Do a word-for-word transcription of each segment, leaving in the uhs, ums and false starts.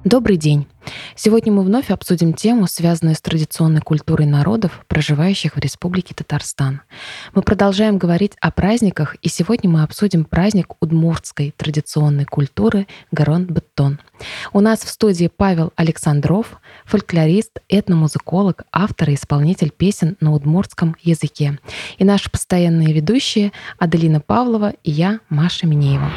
Добрый день! Сегодня мы вновь обсудим тему, связанную с традиционной культурой народов, проживающих в Республике Татарстан. Мы продолжаем говорить о праздниках, и сегодня мы обсудим праздник удмуртской традиционной культуры Гарон-Беттон. У нас в студии Павел Александров, фольклорист, этномузыколог, автор и исполнитель песен на удмуртском языке. И наши постоянные ведущие Аделина Павлова и я, Маша Минеева.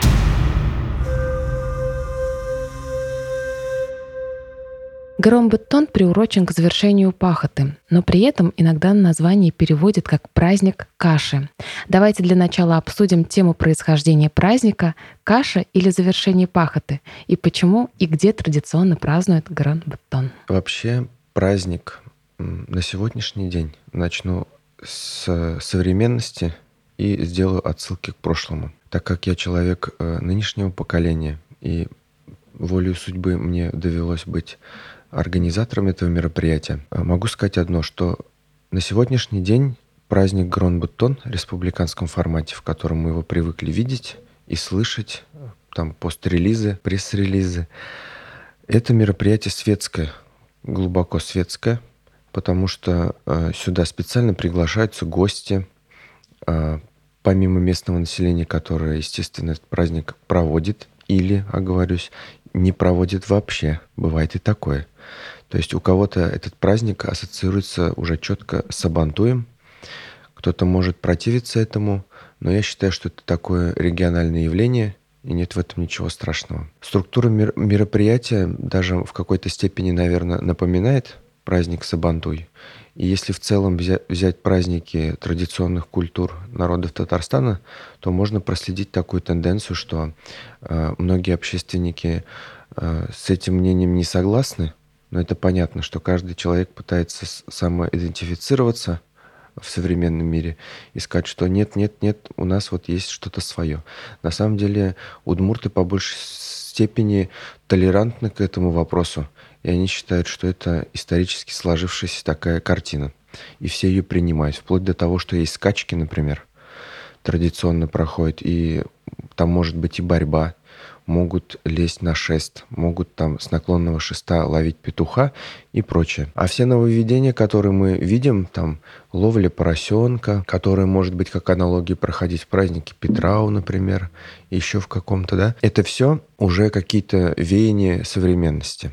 Гарон-Беттон приурочен к завершению пахоты, но при этом иногда название переводят как «праздник каши». Давайте для начала обсудим тему происхождения праздника «каша» или «завершение пахоты» и почему и где традиционно празднуют Гарон-Беттон. Вообще праздник на сегодняшний день начну с современности и сделаю отсылки к прошлому. Так как я человек нынешнего поколения и волею судьбы мне довелось быть организатором этого мероприятия, могу сказать одно, что на сегодняшний день праздник Гарон-Беттон в республиканском формате, в котором мы его привыкли видеть и слышать, там пост-релизы, пресс-релизы, это мероприятие светское, глубоко светское, потому что э, сюда специально приглашаются гости, э, помимо местного населения, которое, естественно, этот праздник проводит или, оговорюсь, не проводит вообще. Бывает и такое. То есть у кого-то этот праздник ассоциируется уже четко с сабантуем. Кто-то может противиться этому, но я считаю, что это такое региональное явление, и нет в этом ничего страшного. Структура мер- мероприятия даже в какой-то степени, наверное, напоминает праздник Сабантуй. И если в целом взять, взять праздники традиционных культур народов Татарстана, то можно проследить такую тенденцию, что э, многие общественники э, с этим мнением не согласны, но это понятно, что каждый человек пытается самоидентифицироваться в современном мире и сказать, что нет, нет, нет, у нас вот есть что-то свое. На самом деле удмурты по большей степени толерантны к этому вопросу, и они считают, что это исторически сложившаяся такая картина, и все ее принимают, вплоть до того, что есть скачки, например, традиционно проходят, и там может быть и борьба, могут лезть на шест, могут там с наклонного шеста ловить петуха и прочее. А все нововведения, которые мы видим, там ловля поросенка, которая может быть как аналогия проходить в празднике Петрау, например, еще в каком-то, да, это все уже какие-то веяния современности.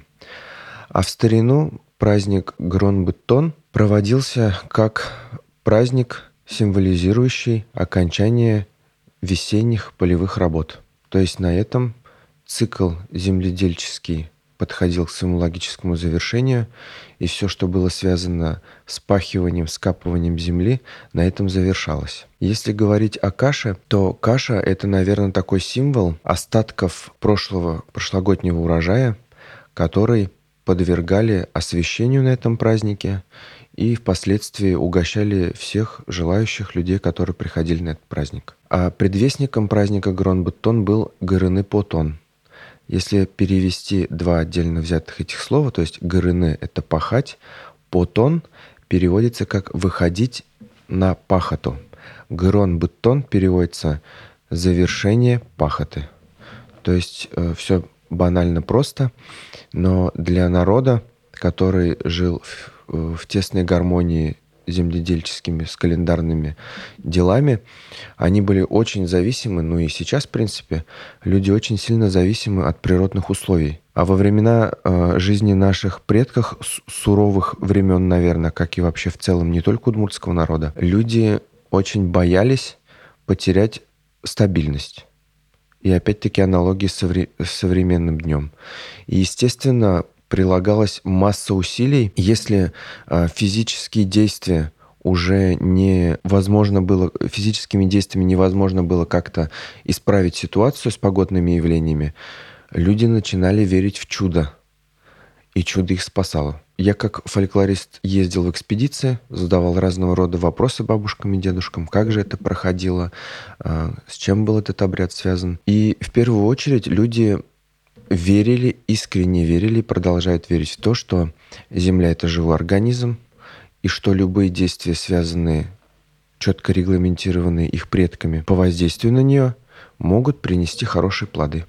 А в старину праздник Гарон-Беттон проводился как праздник, символизирующий окончание весенних полевых работ. То есть на этом цикл земледельческий подходил к своему логическому завершению, и все, что было связано с пахиванием, скапыванием земли, на этом завершалось. Если говорить о каше, то каша – это, наверное, такой символ остатков прошлого, прошлогоднего урожая, который подвергали освящению на этом празднике и впоследствии угощали всех желающих людей, которые приходили на этот праздник. А предвестником праздника Гарон-Беттон был Гарыны-Потон. Если перевести два отдельно взятых этих слова, то есть Гарыны – это пахать, Потон переводится как «выходить на пахоту». Гарон-Беттон переводится «завершение пахоты». То есть э, все банально просто, но для народа, который жил в, в тесной гармонии земледельческими, с календарными делами, они были очень зависимы, ну и сейчас, в принципе, люди очень сильно зависимы от природных условий. А во времена э, жизни наших предков, с- суровых времен, наверное, как и вообще в целом не только удмуртского народа, люди очень боялись потерять стабильность. И опять-таки аналогии с, совре- с современным днем. И, естественно, прилагалась масса усилий. Если э, физические действия уже невозможно было, физическими действиями невозможно было как-то исправить ситуацию с погодными явлениями, люди начинали верить в чудо. И чудо их спасало. Я как фольклорист ездил в экспедиции, задавал разного рода вопросы бабушкам и дедушкам, как же это проходило, а, с чем был этот обряд связан. И в первую очередь люди верили, искренне верили и продолжают верить в то, что Земля – это живой организм, и что любые действия, связанные, четко регламентированные их предками по воздействию на нее, могут принести хорошие плоды.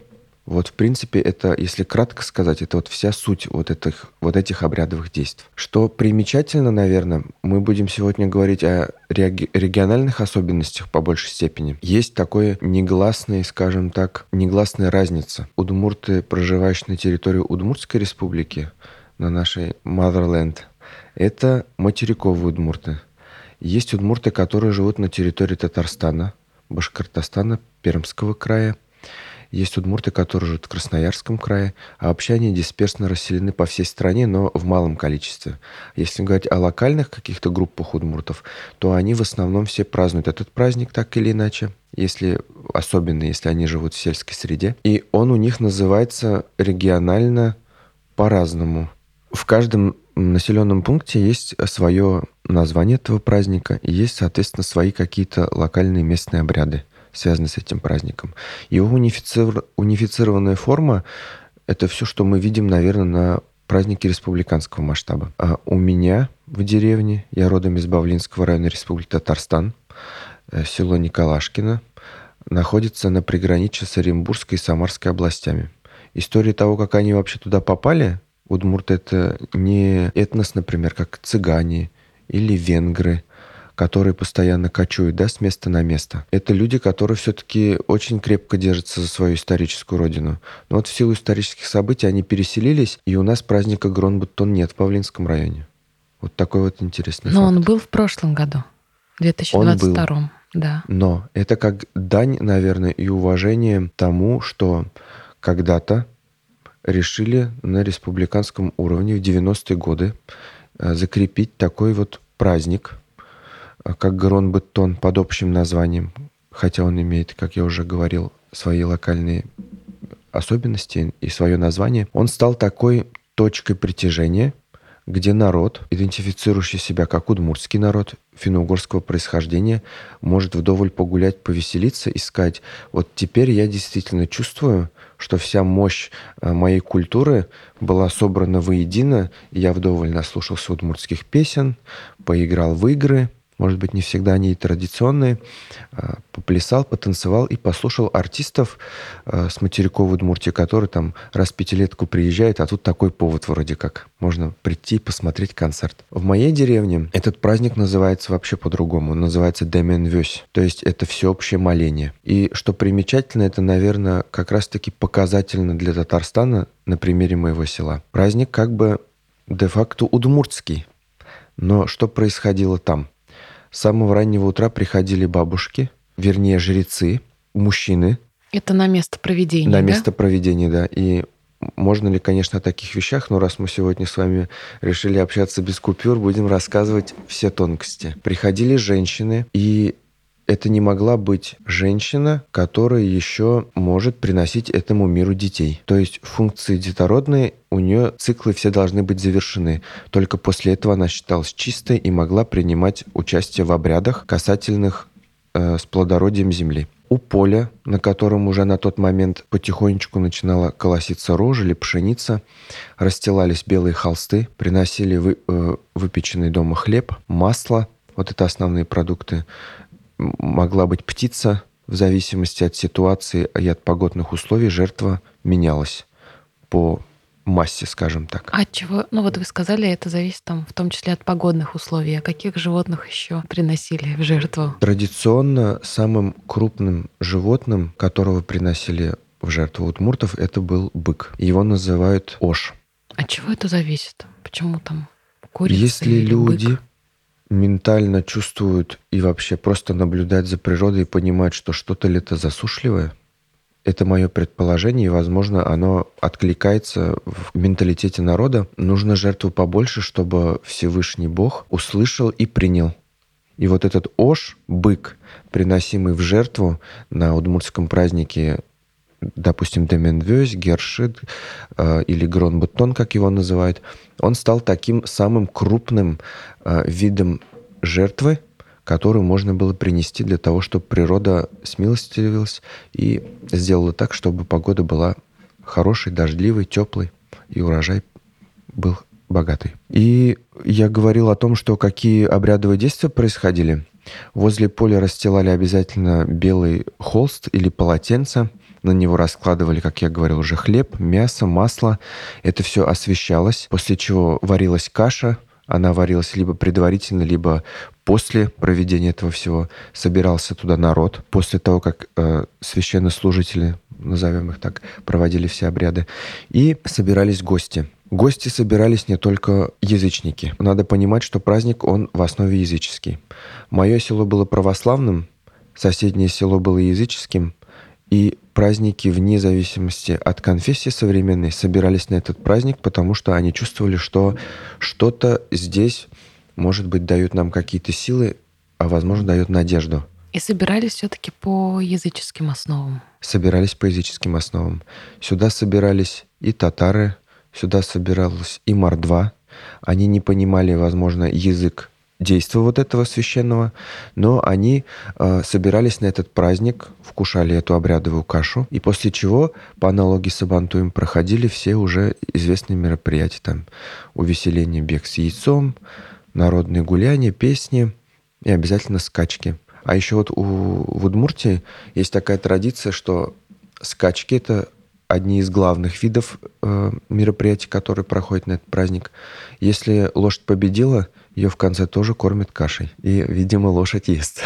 Вот, в принципе, это, если кратко сказать, это вот вся суть вот этих, вот этих обрядовых действий. Что примечательно, наверное, мы будем сегодня говорить о реги- региональных особенностях по большей степени. Есть такое негласное, скажем так, негласная разница. Удмурты, проживающие на территории Удмуртской республики, на нашей Motherland, это материковые удмурты. Есть удмурты, которые живут на территории Татарстана, Башкортостана, Пермского края. Есть удмурты, которые живут в Красноярском крае, а вообще они дисперсно расселены по всей стране, но в малом количестве. Если говорить о локальных каких-то группах удмуртов, то они в основном все празднуют этот праздник так или иначе, если, особенно если они живут в сельской среде. И он у них называется регионально по-разному. В каждом населенном пункте есть свое название этого праздника, и есть, соответственно, свои какие-то локальные местные обряды, связанные с этим праздником. Его унифицир... унифицированная форма — это все, что мы видим, наверное, на празднике республиканского масштаба. А у меня в деревне, я родом из Бавлинского района Республики Татарстан, село Николашкино, находится на приграничье с Оренбургской и Самарской областями. История того, как они вообще туда попали, удмурты — это не этнос, например, как цыгане или венгры, которые постоянно кочуют, да, с места на место. Это люди, которые все-таки очень крепко держатся за свою историческую родину. Но вот в силу исторических событий они переселились, и у нас праздника Гронбуттон нет в Павлинском районе. Вот такой вот интересный Но факт. он был в прошлом году, в две тысячи двадцать втором. Да. Но это как дань, наверное, и уважение тому, что когда-то решили на республиканском уровне в девяностые годы закрепить такой вот праздник, как Гронбуттон под общим названием, хотя он имеет, как я уже говорил, свои локальные особенности и свое название. Он стал такой точкой притяжения, где народ, идентифицирующий себя как удмуртский народ, финно-угорского происхождения, может вдоволь погулять, повеселиться и сказать: вот теперь я действительно чувствую, что вся мощь моей культуры была собрана воедино, и я вдоволь наслушался удмуртских песен, поиграл в игры, может быть, не всегда они и традиционные, поплясал, потанцевал и послушал артистов с материковой Удмуртии, которые там раз в пятилетку приезжают, а тут такой повод вроде как. Можно прийти и посмотреть концерт. В моей деревне этот праздник называется вообще по-другому. Он называется Деменвёсь, то есть это всеобщее моление. И что примечательно, это, наверное, как раз-таки показательно для Татарстана на примере моего села. Праздник как бы де-факто удмуртский. Но что происходило там? С самого раннего утра приходили бабушки, вернее, жрецы, мужчины. Это на место проведения, На да? место проведения, да. И можно ли, конечно, о таких вещах, но раз мы сегодня с вами решили общаться без купюр, будем рассказывать все тонкости. Приходили женщины, и это не могла быть женщина, которая еще может приносить этому миру детей. То есть функции детородные, у нее циклы все должны быть завершены. Только после этого она считалась чистой и могла принимать участие в обрядах, касательных э, с плодородием земли. У поля, на котором уже на тот момент потихонечку начинала колоситься рожь или пшеница, расстилались белые холсты, приносили вы, э, выпеченный дома хлеб, масло, вот это основные продукты. Могла быть птица, в зависимости от ситуации и от погодных условий жертва менялась по массе, скажем так. А от чего? Ну вот вы сказали, это зависит там в том числе от погодных условий. А каких животных еще приносили в жертву? Традиционно самым крупным животным, которого приносили в жертву удмуртов, это был бык. Его называют ош. От чего это зависит? Почему там курица Если или люди бык? ментально чувствуют и вообще просто наблюдают за природой и понимают, что что-то ли это засушливое, это мое предположение, и, возможно, оно откликается в менталитете народа. Нужно жертву побольше, чтобы Всевышний Бог услышал и принял. И вот этот ош, бык, приносимый в жертву на удмуртском празднике, допустим, Деменвёсь, Гершид э, или Гронбуттон, как его называют, он стал таким самым крупным э, видом жертвы, которую можно было принести для того, чтобы природа смилостивилась и сделала так, чтобы погода была хорошей, дождливой, теплой, и урожай был богатый. И я говорил о том, что какие обрядовые действия происходили. Возле поля расстилали обязательно белый холст или полотенце, На него раскладывали, как я говорил, уже хлеб, мясо, масло. Это все освещалось, после чего варилась каша. Она варилась либо предварительно, либо после проведения этого всего. Собирался туда народ. После того, как э, священнослужители, назовем их так, проводили все обряды. И собирались гости. Гости собирались не только язычники. Надо понимать, что праздник, он в основе языческий. Мое село было православным, соседнее село было языческим, и праздники, вне зависимости от конфессии современной, собирались на этот праздник, потому что они чувствовали, что что-то здесь, может быть, дает нам какие-то силы, а, возможно, дает надежду. И собирались все-таки по языческим основам. Собирались по языческим основам. Сюда собирались и татары, сюда собиралась и мордва. Они не понимали, возможно, язык действия вот этого священного, но они э, собирались на этот праздник, вкушали эту обрядовую кашу, и после чего, по аналогии с Сабантуем, проходили все уже известные мероприятия. Там увеселение, бег с яйцом, народные гуляния, песни и обязательно скачки. А еще вот у, в Удмуртии есть такая традиция, что скачки — это одни из главных видов э, мероприятий, которые проходят на этот праздник. Если лошадь победила, ее в конце тоже кормят кашей. И, видимо, лошадь ест.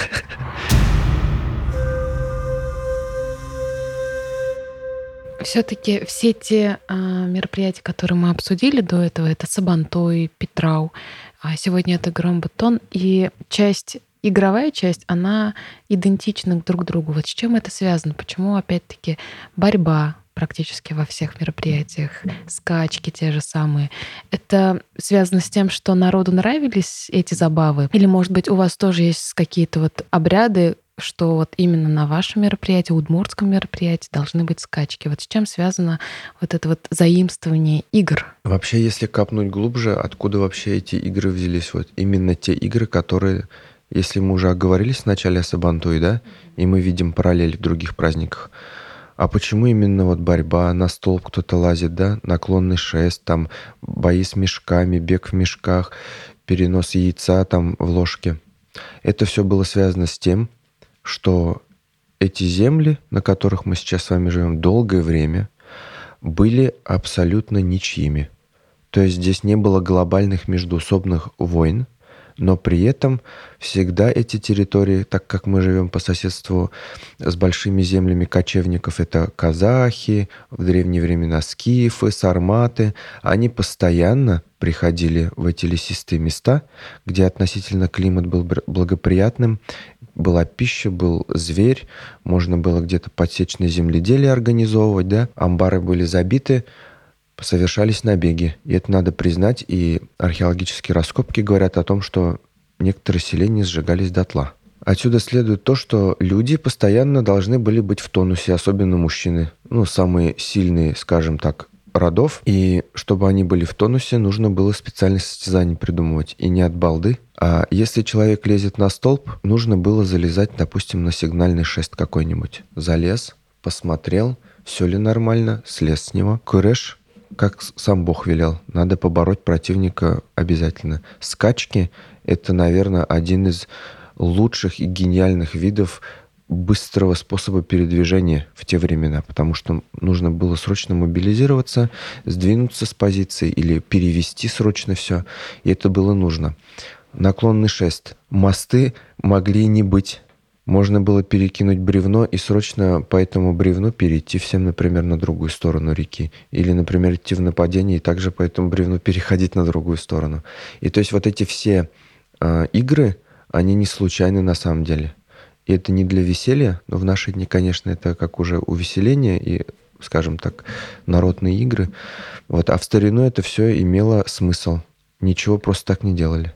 Все-таки все те а, мероприятия, которые мы обсудили до этого, это Сабантуй, Петрау, а сегодня это Громбатон, и часть игровая часть, она идентична друг другу. Вот с чем это связано? Почему, опять-таки, борьба практически во всех мероприятиях, скачки те же самые? Это связано с тем, что народу нравились эти забавы? Или, может быть, у вас тоже есть какие-то вот обряды, что вот именно на вашем мероприятии, удмуртском мероприятии должны быть скачки? Вот с чем связано вот это вот заимствование игр? Вообще, если копнуть глубже, откуда вообще эти игры взялись? Вот именно те игры, которые... Если мы уже оговорились в начале о Сабантуе, да, и мы видим параллели в других праздниках, а почему именно вот борьба, на столб кто-то лазит, да, наклонный шест, там бои с мешками, бег в мешках, перенос яйца там в ложке? Это все было связано с тем, что эти земли, на которых мы сейчас с вами живем долгое время, были абсолютно ничьими. То есть здесь не было глобальных междоусобных войн, но при этом всегда эти территории, так как мы живем по соседству с большими землями кочевников, это казахи, в древние времена скифы, сарматы, они постоянно приходили в эти лесистые места, где относительно климат был благоприятным, была пища, был зверь, можно было где-то подсечное земледелие организовывать, да, амбары были забиты, совершались набеги. И это надо признать, и археологические раскопки говорят о том, что некоторые селения сжигались дотла. Отсюда следует то, что люди постоянно должны были быть в тонусе, особенно мужчины, ну, самые сильные, скажем так, родов. И чтобы они были в тонусе, нужно было специальные состязания придумывать. И не от балды. А если человек лезет на столб, нужно было залезать, допустим, на сигнальный шест какой-нибудь. Залез, посмотрел, все ли нормально, слез с него. Куреш, как сам Бог велел, надо побороть противника обязательно. Скачки — это, наверное, один из лучших и гениальных видов быстрого способа передвижения в те времена, потому что нужно было срочно мобилизироваться, сдвинуться с позиции или перевести срочно все, и это было нужно. Наклонный шест. Мосты могли не быть. Можно было перекинуть бревно и срочно по этому бревну перейти всем, например, на другую сторону реки. Или, например, идти в нападение и также по этому бревну переходить на другую сторону. И то есть вот эти все э, игры, они не случайны на самом деле. И это не для веселья, но в наши дни, конечно, это как уже увеселение и, скажем так, народные игры. Вот. А в старину это все имело смысл. Ничего просто так не делали.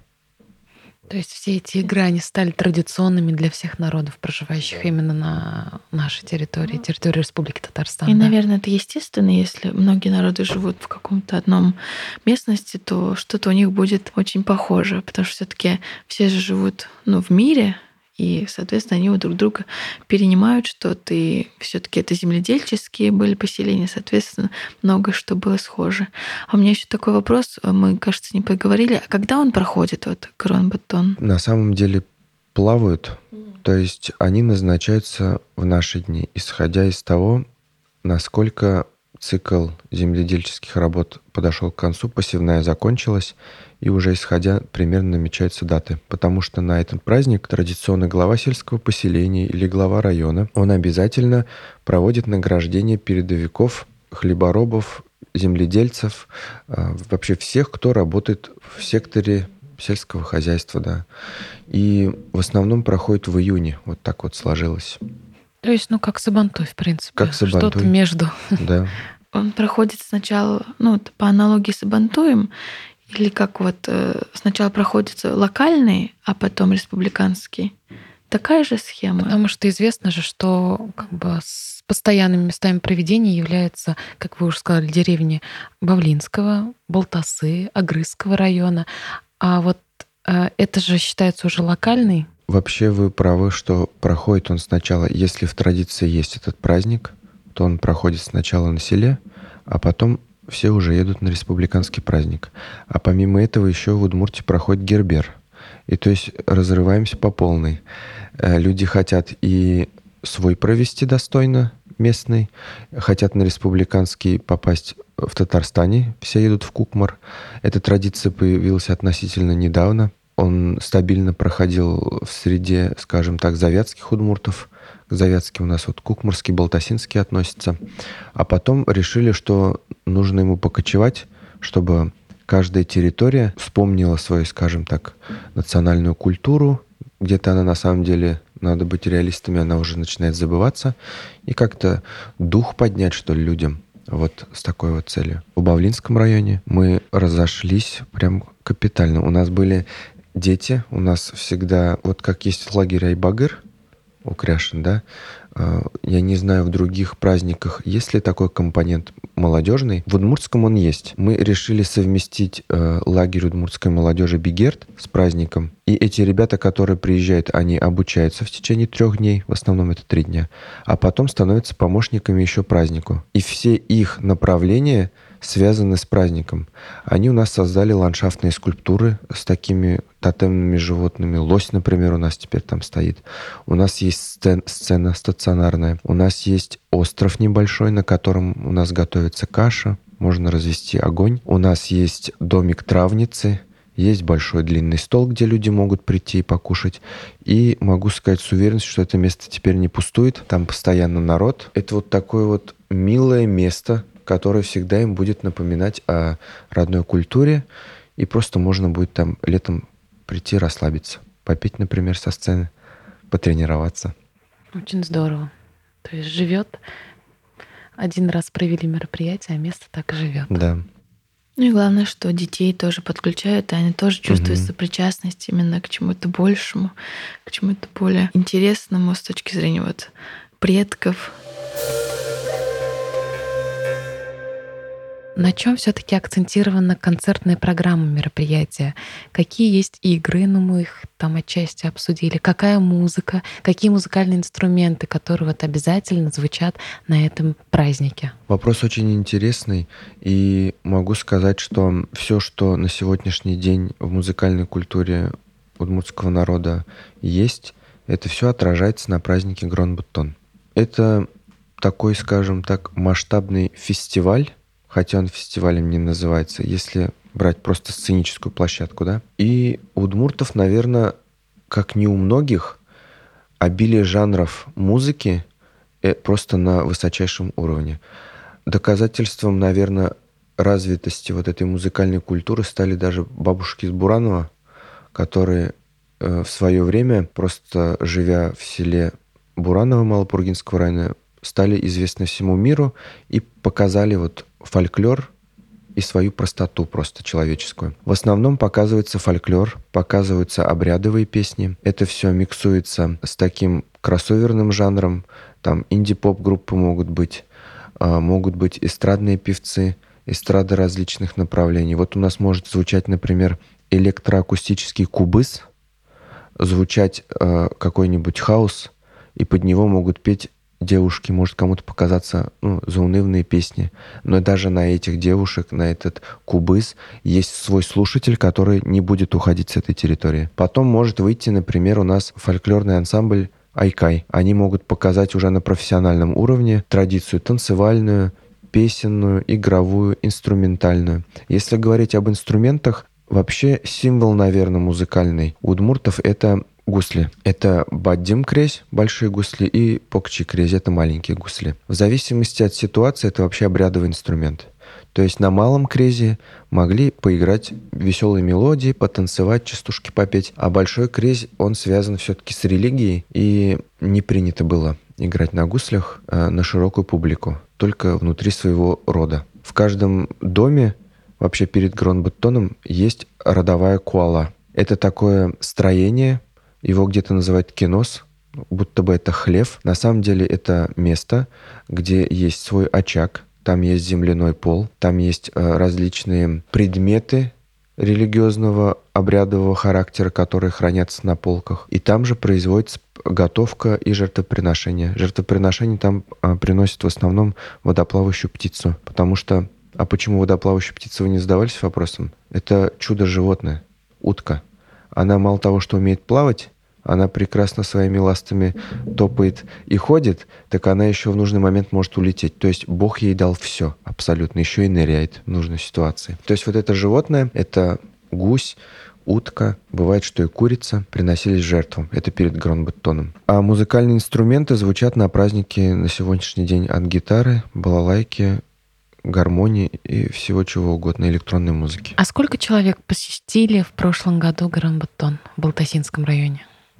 То есть все эти игры, они стали традиционными для всех народов, проживающих именно на нашей территории, территории Республики Татарстан. И, да? наверное, это естественно, если многие народы живут в каком-то одном местности, то что-то у них будет очень похоже, потому что все-таки все же живут, ну, в мире, и, соответственно, они у друг друга перенимают что-то, и все-таки это земледельческие были поселения, соответственно, много что было схоже. А у меня еще такой вопрос, мы, кажется, не поговорили, а когда он проходит, вот Громбатон? На самом деле плавают, то есть они назначаются в наши дни, исходя из того, насколько цикл земледельческих работ подошел к концу, посевная закончилась, и уже исходя примерно намечаются даты. Потому что на этот праздник традиционно глава сельского поселения или глава района, он обязательно проводит награждение передовиков, хлеборобов, земледельцев, вообще всех, кто работает в секторе сельского хозяйства, да. И в основном проходит в июне. Вот так вот сложилось. То есть, ну, как Сабантуй, в принципе. Как Сабантуй. Что-то между. Да. Он проходит сначала, ну, по аналогии с Сабантуем, или как вот э, сначала проходится локальный, а потом республиканский. Такая же схема. Потому что известно же, что как бы с постоянными местами проведения являются, как вы уже сказали, деревни Бавлинского, Балтасы, Агрызского района. А вот э, это же считается уже локальный. Вообще вы правы, что проходит он сначала, если в традиции есть этот праздник, то он проходит сначала на селе, а потом все уже едут на республиканский праздник. А помимо этого еще в Удмуртии проходит Гербер. И то есть разрываемся по полной. Люди хотят и свой провести достойно, местный, хотят на республиканский попасть в Татарстане, все едут в Кукмар. Эта традиция появилась относительно недавно. Он стабильно проходил в среде, скажем так, завятских удмуртов. К завятским у нас вот кукмарский, балтасинский относятся. А потом решили, что нужно ему покочевать, чтобы каждая территория вспомнила свою, скажем так, национальную культуру. Где-то она на самом деле, надо быть реалистами, она уже начинает забываться. И как-то дух поднять, что ли, людям. Вот с такой вот целью. В Бавлинском районе мы разошлись прям капитально. У нас были дети, у нас всегда, вот как есть лагерь Айбагыр, Украшин, да, я не знаю, в других праздниках есть ли такой компонент молодежный. В удмуртском он есть. Мы решили совместить э, лагерь удмуртской молодежи Бигерт с праздником. И эти ребята, которые приезжают, они обучаются в течение трех дней, в основном это три дня, а потом становятся помощниками еще празднику. И все их направления связаны с праздником. Они у нас создали ландшафтные скульптуры с такими тотемными животными. Лось, например, у нас теперь там стоит. У нас есть сцен, сцена стационарная. У нас есть остров небольшой, на котором у нас готовится каша. Можно развести огонь. У нас есть домик травницы. Есть большой длинный стол, где люди могут прийти и покушать. И могу сказать с уверенностью, что это место теперь не пустует. Там постоянно народ. Это вот такое вот милое место, которое всегда им будет напоминать о родной культуре. И просто можно будет там летом прийти расслабиться. Попить, например, со сцены, потренироваться. Очень здорово. То есть живет. Один раз провели мероприятие, а место так и живет. Да. Ну и главное, что детей тоже подключают, и они тоже чувствуют Мгм. сопричастность именно к чему-то большему, к чему-то более интересному с точки зрения вот предков. На чем все-таки акцентирована концертная программа мероприятия? Какие есть игры, ну мы их там отчасти обсудили. Какая музыка, какие музыкальные инструменты, которые вот обязательно звучат на этом празднике? Вопрос очень интересный, и могу сказать, что все, что на сегодняшний день в музыкальной культуре удмуртского народа есть, это все отражается на празднике Гронбуттон. Это такой, скажем так, масштабный фестиваль, хотя он фестивалем не называется, если брать просто сценическую площадку, да. И у удмуртов, наверное, как не у многих, обилие жанров музыки э, просто на высочайшем уровне. Доказательством, наверное, развитости вот этой музыкальной культуры стали даже бабушки из Буранова, которые э, в свое время, просто живя в селе Бураново Малопургинского района, стали известны всему миру и показали вот фольклор и свою простоту просто человеческую. В основном показывается фольклор, показываются обрядовые песни. Это все миксуется с таким кроссоверным жанром. Там инди-поп группы могут быть, а, могут быть эстрадные певцы, эстрады различных направлений. Вот у нас может звучать, например, электроакустический кубыс, звучать а, какой-нибудь хаус, и под него могут петь девушки, может кому-то показаться ну, заунывные песни, но даже на этих девушек, на этот кубыс есть свой слушатель, который не будет уходить с этой территории. Потом может выйти, например, у нас фольклорный ансамбль айкай. Они могут показать уже на профессиональном уровне традицию танцевальную, песенную, игровую, инструментальную. Если говорить об инструментах, вообще символ, наверное, музыкальный удмуртов — это гусли. Это баддим крезь, большие гусли, и покчи крезь, это маленькие гусли. В зависимости от ситуации это вообще обрядовый инструмент. То есть на малом крезе могли поиграть веселые мелодии, потанцевать, частушки попеть. А большой крезь, он связан все-таки с религией, и не принято было играть на гуслях э, на широкую публику, только внутри своего рода. В каждом доме, вообще перед гронбаттоном, есть родовая куала. Это такое строение, его где-то называют кинос, будто бы это хлев. На самом деле это место, где есть свой очаг, там есть земляной пол, там есть э, различные предметы религиозного, обрядового характера, которые хранятся на полках. И там же производится готовка и жертвоприношение. Жертвоприношение там э, приносят в основном водоплавающую птицу. Потому что... А почему водоплавающая птица, вы не задавались вопросом? Это чудо-животное, утка. Она мало того, что умеет плавать, она прекрасно своими ластами топает и ходит, так она еще в нужный момент может улететь. То есть Бог ей дал все абсолютно, еще и ныряет в нужной ситуации. То есть вот это животное, это гусь, утка, бывает, что и курица, приносились в жертву. Это перед гронбаттоном. А музыкальные инструменты звучат на празднике на сегодняшний день от гитары, балалайки, гармонии и всего чего угодно, электронной музыки. А сколько человек посетили в прошлом году гронбаттон в Балтасинском районе?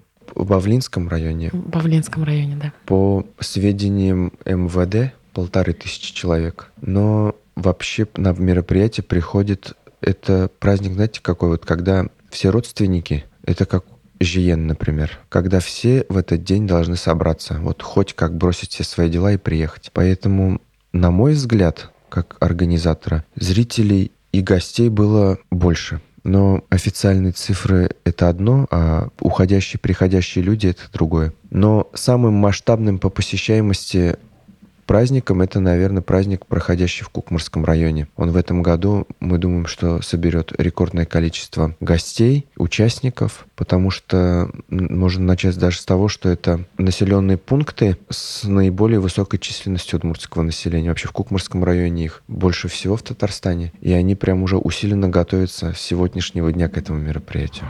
В Бавлинском районе. В Бавлинском районе, да. По сведениям эм вэ дэ, полторы тысячи человек. Но вообще на мероприятие приходит... Это праздник, знаете, какой вот, когда все родственники, это как Жиен, например, когда все в этот день должны собраться, вот хоть как бросить все свои дела и приехать. Поэтому, на мой взгляд, как организатора, зрителей и гостей было больше. Но официальные цифры — это одно, а уходящие, приходящие люди — это другое. Но самым масштабным по посещаемости праздником это, наверное, праздник, проходящий в Кукмурском районе. Он в этом году, мы думаем, что соберет рекордное количество гостей, участников, потому что можно начать даже с того, что это населенные пункты с наиболее высокой численностью удмуртского населения. Вообще в Кукмурском районе их больше всего в Татарстане, и они прям уже усиленно готовятся с сегодняшнего дня к этому мероприятию.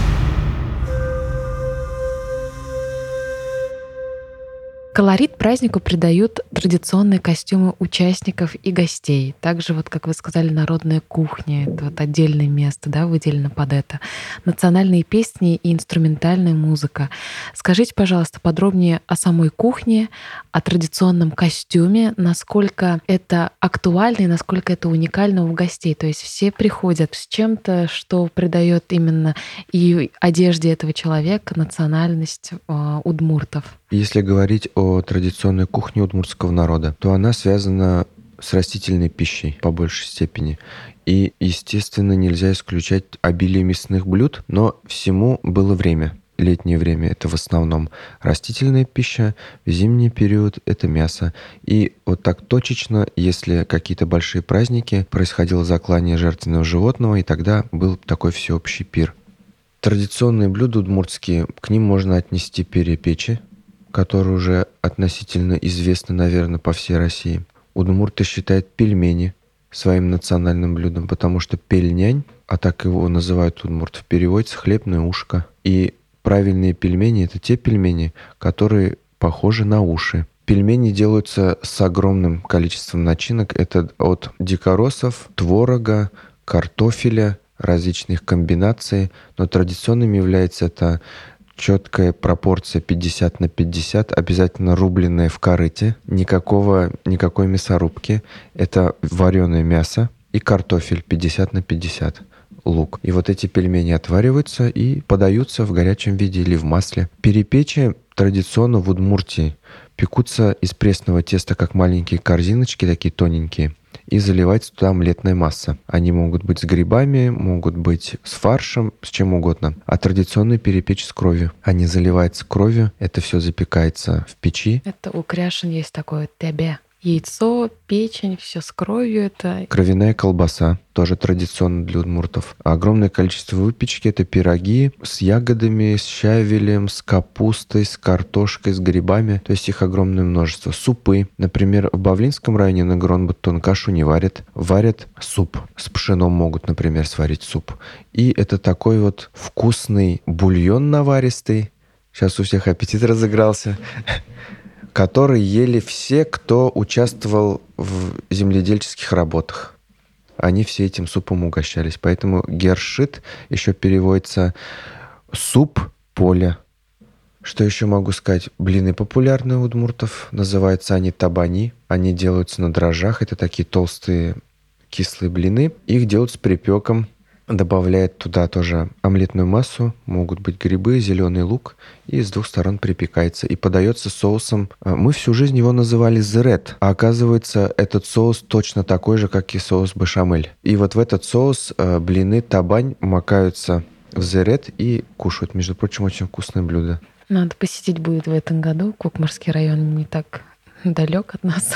Колорит празднику придают традиционные костюмы участников и гостей. Также, вот как вы сказали, народная кухня — это вот отдельное место, да, выделено под это. Национальные песни и инструментальная музыка. Скажите, пожалуйста, подробнее о самой кухне, о традиционном костюме, насколько это актуально и насколько это уникально у гостей. То есть все приходят с чем-то, что придает именно и одежде этого человека национальность э, удмуртов. Если говорить о традиционной кухне удмуртского народа, то она связана с растительной пищей по большей степени. И, естественно, нельзя исключать обилие мясных блюд, но всему было время. Летнее время — это в основном растительная пища, в зимний период — это мясо. И вот так точечно, если какие-то большие праздники, происходило заклание жертвенного животного, и тогда был такой всеобщий пир. Традиционные блюда удмуртские, к ним можно отнести перепечи, которые уже относительно известны, наверное, по всей России. Удмурты считают пельмени своим национальным блюдом, потому что пельнянь, а так его называют удмурт, переводится «хлебное ушко». И правильные пельмени — это те пельмени, которые похожи на уши. Пельмени делаются с огромным количеством начинок. Это от дикоросов, творога, картофеля, различных комбинаций. Но традиционным является это четкая пропорция пятьдесят на пятьдесят, обязательно рубленное в корыте, никакого, никакой мясорубки. Это вареное мясо и картофель пятьдесят на пятьдесят, лук. И вот эти пельмени отвариваются и подаются в горячем виде или в масле. Перепечи традиционно в Удмуртии пекутся из пресного теста, как маленькие корзиночки, такие тоненькие, и заливается туда омлетная масса. Они могут быть с грибами, могут быть с фаршем, с чем угодно. А традиционный перепечь с кровью. Они заливаются кровью, это все запекается в печи. Это у кряшен есть такое тебе яйцо, печень, все с кровью это. Кровяная колбаса, тоже традиционно для удмуртов. Огромное количество выпечки — это пироги с ягодами, с щавелем, с капустой, с картошкой, с грибами. То есть их огромное множество. Супы. Например, в Бавлинском районе на Гронбаттон кашу не варят. Варят суп. С пшеном могут, например, сварить суп. И это такой вот вкусный бульон наваристый. Сейчас у всех аппетит разыгрался. Который ели все, кто участвовал в земледельческих работах. Они все этим супом угощались. Поэтому гершит еще переводится суп поля. Что еще могу сказать? Блины популярны у удмуртов. Называются они табани. Они делаются на дрожжах. Это такие толстые кислые блины. Их делают с припеком. Добавляет туда тоже омлетную массу, могут быть грибы, зеленый лук, и с двух сторон припекается. И подается соусом. Мы всю жизнь его называли зерет, а оказывается, этот соус точно такой же, как и соус бешамель. И вот в этот соус блины табань макаются в зерет и кушают. Между прочим, очень вкусное блюдо. Надо посетить будет в этом году. Кукмарский район не так далек от нас.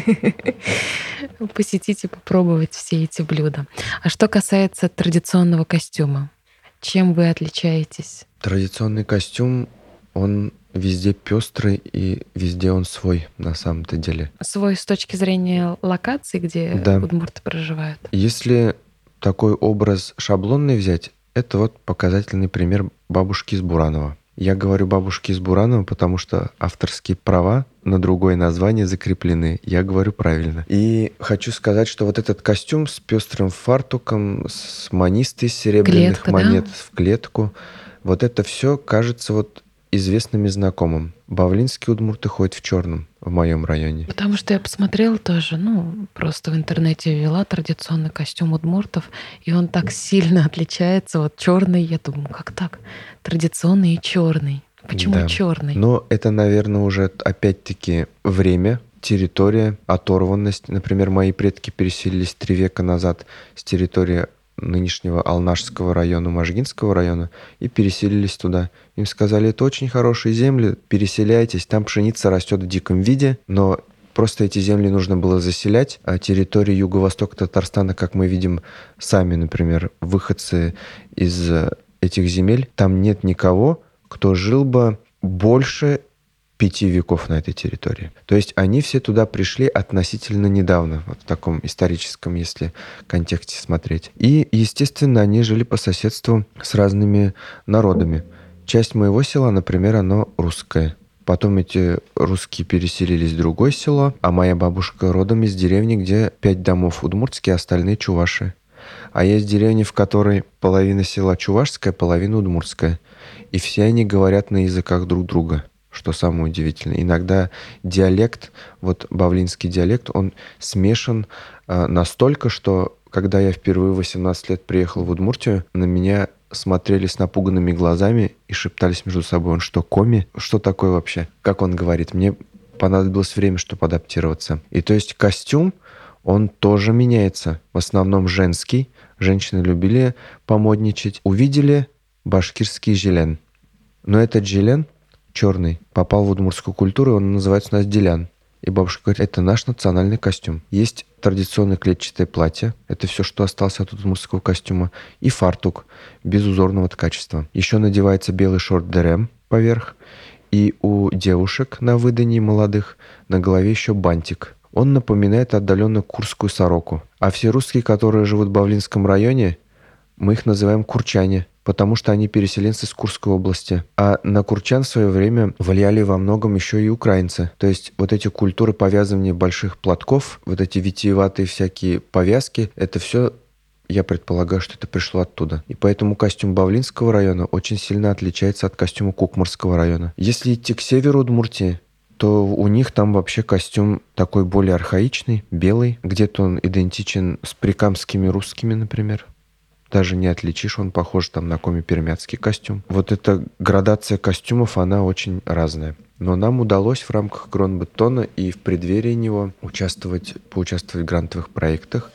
Посетить и попробовать все эти блюда. А что касается традиционного костюма, чем вы отличаетесь? Традиционный костюм, он везде пестрый и везде он свой на самом-то деле. Свой с точки зрения локации, где Да. удмурты проживают? Если такой образ шаблонный взять, это вот показательный пример бабушки из Буранова. Я говорю бабушки из Буранова, потому что авторские права на другое название закреплены. Я говорю правильно. И хочу сказать, что вот этот костюм с пестрым фартуком, с манистой серебряных Клетка, монет да? в клетку, вот это все кажется вот известным и знакомым. Бавлинские удмурты ходят в черном в моем районе. Потому что я посмотрела тоже, ну, просто в интернете ввела традиционный костюм удмуртов, и он так сильно отличается. Вот черный, я думаю, как так? Традиционный и черный. Почему Да. черный? Но это, наверное, уже опять-таки время, территория, оторванность. Например, мои предки переселились три века назад с территории нынешнего Алнашского района, Можгинского района, и переселились туда. Им сказали, это очень хорошие земли, переселяйтесь, там пшеница растет в диком виде, но просто эти земли нужно было заселять, а территории юго-востока Татарстана, как мы видим сами, например, выходцы из этих земель, там нет никого, кто жил бы больше пяти веков на этой территории. То есть они все туда пришли относительно недавно, вот в таком историческом, если контексте смотреть. И, естественно, они жили по соседству с разными народами. Часть моего села, например, оно русское. Потом эти русские переселились в другое село, а моя бабушка родом из деревни, где пять домов удмуртские, остальные чуваши. А я из деревни, в которой половина села чувашская, половина удмуртская. И все они говорят на языках друг друга, что самое удивительное. Иногда диалект, вот бавлинский диалект, он смешан э, настолько, что когда я впервые в восемнадцать лет приехал в Удмуртию, на меня смотрели с напуганными глазами и шептались между собой, он что, коми? Что такое вообще? Как он говорит? Мне понадобилось время, чтобы адаптироваться. И то есть костюм, он тоже меняется. В основном женский. Женщины любили помодничать. Увидели башкирский жилен. Но этот жилен черный попал в удмуртскую культуру, и он называется у нас делян. И бабушка говорит, это наш национальный костюм. Есть традиционное клетчатое платье, это все, что осталось от удмуртского костюма, и фартук без узорного качества. Еще надевается белый шорт-дерем поверх, и у девушек на выдании молодых на голове еще бантик. Он напоминает отдаленно курскую сороку. А все русские, которые живут в Бавлинском районе, мы их называем курчане, потому что они переселенцы из Курской области. А на курчан в свое время влияли во многом еще и украинцы. То есть вот эти культуры повязывания больших платков, вот эти витиеватые всякие повязки, это все, я предполагаю, что это пришло оттуда. И поэтому костюм Бавлинского района очень сильно отличается от костюма Кукмарского района. Если идти к северу Удмуртии, то у них там вообще костюм такой более архаичный, белый. Где-то он идентичен с прикамскими русскими, например. Даже не отличишь, он похож там на коми-пермяцкий костюм. Вот эта градация костюмов, она очень разная. Но нам удалось в рамках Гронбаттона и в преддверии него участвовать, поучаствовать в грантовых проектах.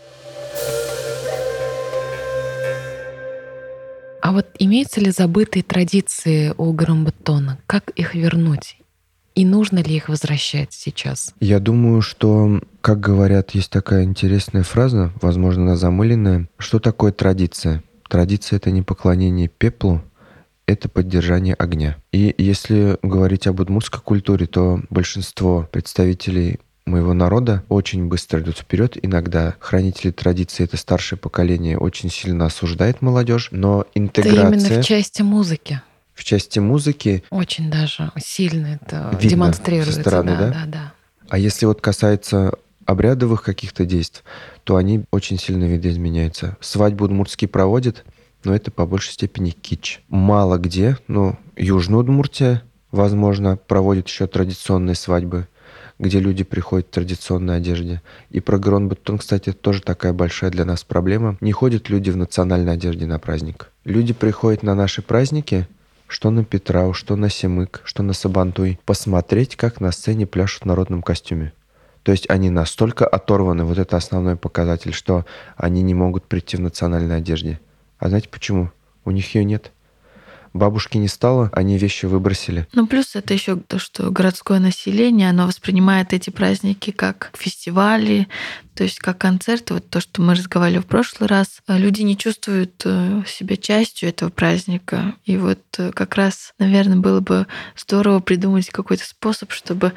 А вот имеются ли забытые традиции у Гронбаттона? Как их вернуть? И нужно ли их возвращать сейчас? Я думаю, что, как говорят, есть такая интересная фраза, возможно, она замыленная. Что такое традиция? Традиция — это не поклонение пеплу, это поддержание огня. И если говорить об удмуртской культуре, то большинство представителей моего народа очень быстро идут вперед. Иногда хранители традиции, это старшее поколение, очень сильно осуждает молодежь, но интеграция... Это именно в части музыки. В части музыки... Очень даже сильно это видно демонстрируется. со стороны, да, да? да, да. А если вот касается обрядовых каких-то действий, то они очень сильно видоизменяются. Свадьбу удмуртские проводят, но это по большей степени кич. Мало где, ну, Южная Удмуртия, возможно, проводит еще традиционные свадьбы, где люди приходят в традиционной одежде. И про Гронбеттон, кстати, это тоже такая большая для нас проблема. Не ходят люди в национальной одежде на праздник. Люди приходят на наши праздники, что на Петрау, что на Семык, что на Сабантуй, посмотреть, как на сцене пляшут в народном костюме. То есть они настолько оторваны, вот это основной показатель, что они не могут прийти в национальной одежде. А знаете почему? У них ее нет. Бабушки не стало, они вещи выбросили. Ну, плюс это еще то, что городское население, оно воспринимает эти праздники как фестивали, то есть как концерты. Вот то, что мы разговаривали в прошлый раз. Люди не чувствуют себя частью этого праздника. И вот как раз, наверное, было бы здорово придумать какой-то способ, чтобы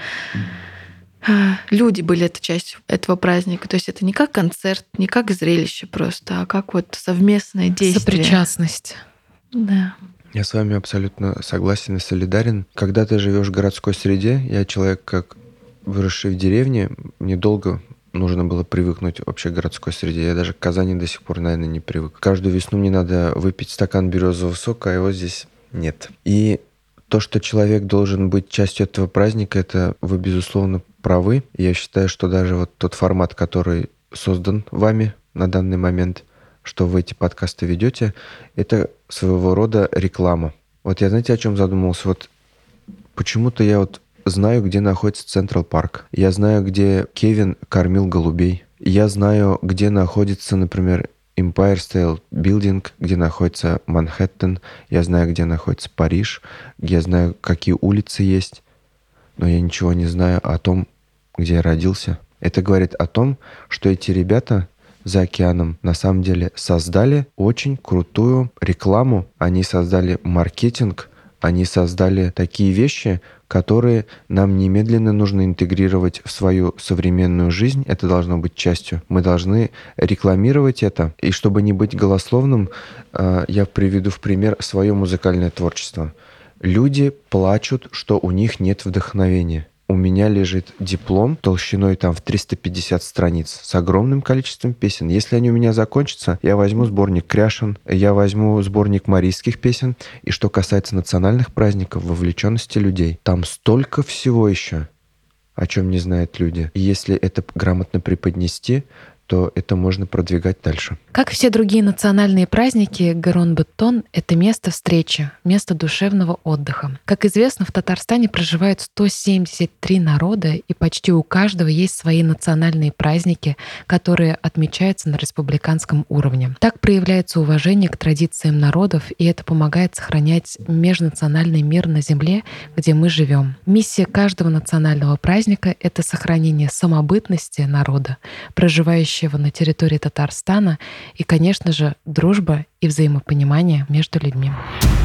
люди были этой частью этого праздника. То есть это не как концерт, не как зрелище просто, а как вот совместное действие. Сопричастность. Да. Я с вами абсолютно согласен и солидарен. Когда ты живешь в городской среде, я человек, как выросший в деревне, мне долго нужно было привыкнуть вообще к городской среде. Я даже к Казани до сих пор, наверное, не привык. Каждую весну мне надо выпить стакан березового сока, а его здесь нет. И то, что человек должен быть частью этого праздника, это вы, безусловно, правы. Я считаю, что даже вот тот формат, который создан вами на данный момент, что вы эти подкасты ведете, это своего рода реклама. Вот я, знаете, о чем задумался? Вот почему-то я вот знаю, где находится Централ Парк. Я знаю, где Кевин кормил голубей. Я знаю, где находится, например, Empire State Building, где находится Манхэттен. Я знаю, где находится Париж. Я знаю, какие улицы есть. Но я ничего не знаю о том, где я родился. Это говорит о том, что эти ребята за океаном на самом деле создали очень крутую рекламу. Они создали маркетинг, они создали такие вещи, которые нам немедленно нужно интегрировать в свою современную жизнь. Это должно быть частью. Мы должны рекламировать это. И чтобы не быть голословным, я приведу в пример свое музыкальное творчество. Люди плачут, что у них нет вдохновения. У меня лежит диплом толщиной там в триста пятьдесят страниц с огромным количеством песен. Если они у меня закончатся, я возьму сборник Кряшин, я возьму сборник марийских песен. И что касается национальных праздников, вовлеченности людей, там столько всего еще, о чем не знают люди. И если это грамотно преподнести, то это можно продвигать дальше. Как все другие национальные праздники, Гронбеттон — это место встречи, место душевного отдыха. Как известно, в Татарстане проживают сто семьдесят три народа, и почти у каждого есть свои национальные праздники, которые отмечаются на республиканском уровне. Так проявляется уважение к традициям народов, и это помогает сохранять межнациональный мир на земле, где мы живем. Миссия каждого национального праздника — это сохранение самобытности народа, проживающего на территории Татарстана, и, конечно же, дружба и взаимопонимание между людьми.